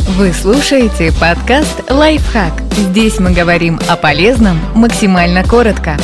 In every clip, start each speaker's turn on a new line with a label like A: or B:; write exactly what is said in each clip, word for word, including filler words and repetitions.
A: Вы слушаете подкаст «Лайфхак». Здесь мы говорим о полезном максимально коротко.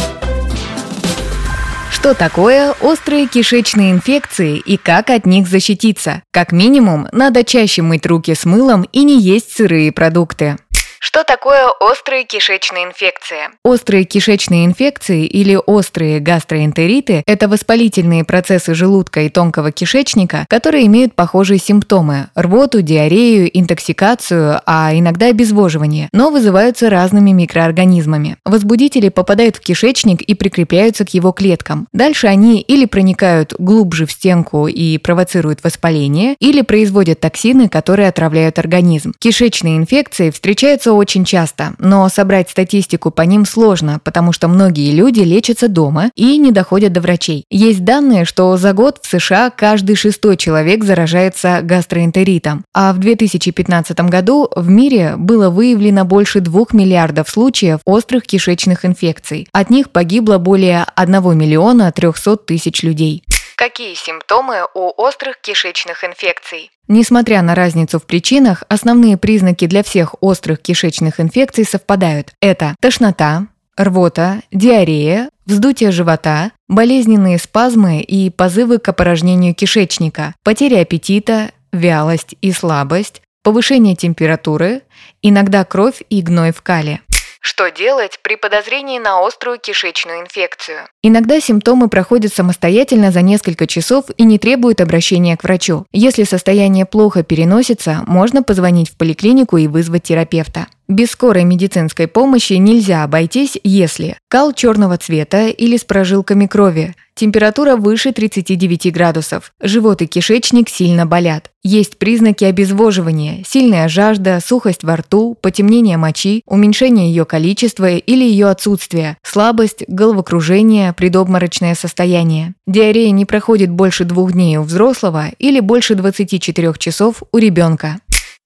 A: Что такое острые кишечные инфекции и как от них защититься? Как минимум, надо чаще мыть руки с мылом и не есть сырые продукты. Что такое острые кишечные инфекции? Острые кишечные инфекции или острые гастроэнтериты – это воспалительные процессы желудка и тонкого кишечника, которые имеют похожие симптомы – рвоту, диарею, интоксикацию, а иногда обезвоживание, но вызываются разными микроорганизмами. Возбудители попадают в кишечник и прикрепляются к его клеткам. Дальше они или проникают глубже в стенку и провоцируют воспаление, или производят токсины, которые отравляют организм. Кишечные инфекции встречаются очень часто, но собрать статистику по ним сложно, потому что многие люди лечатся дома и не доходят до врачей. Есть данные, что за год в США каждый шестой человек заражается гастроэнтеритом, а в две тысячи пятнадцатом году в мире было выявлено больше двух миллиардов случаев острых кишечных инфекций. От них погибло более одного миллиона трехсот тысяч людей. Какие симптомы у острых кишечных инфекций? Несмотря на разницу в причинах, основные признаки для всех острых кишечных инфекций совпадают. Это тошнота, рвота, диарея, вздутие живота, болезненные спазмы и позывы к опорожнению кишечника, потеря аппетита, вялость и слабость, повышение температуры, иногда кровь и гной в кале. Что делать при подозрении на острую кишечную инфекцию? Иногда симптомы проходят самостоятельно за несколько часов и не требуют обращения к врачу. Если состояние плохо переносится, можно позвонить в поликлинику и вызвать терапевта. Без скорой медицинской помощи нельзя обойтись, если кал черного цвета или с прожилками крови, температура выше тридцати девяти градусов, живот и кишечник сильно болят, есть признаки обезвоживания, сильная жажда, сухость во рту, потемнение мочи, уменьшение ее количества или ее отсутствие, слабость, головокружение, предобморочное состояние. Диарея не проходит больше двух дней у взрослого или больше двадцати четырёх часов у ребенка.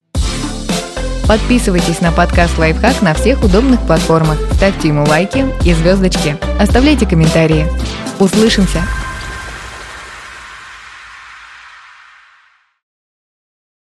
A: Подписывайтесь на подкаст «Лайфхак» на всех удобных платформах, ставьте ему лайки и звездочки, оставляйте комментарии. Услышимся!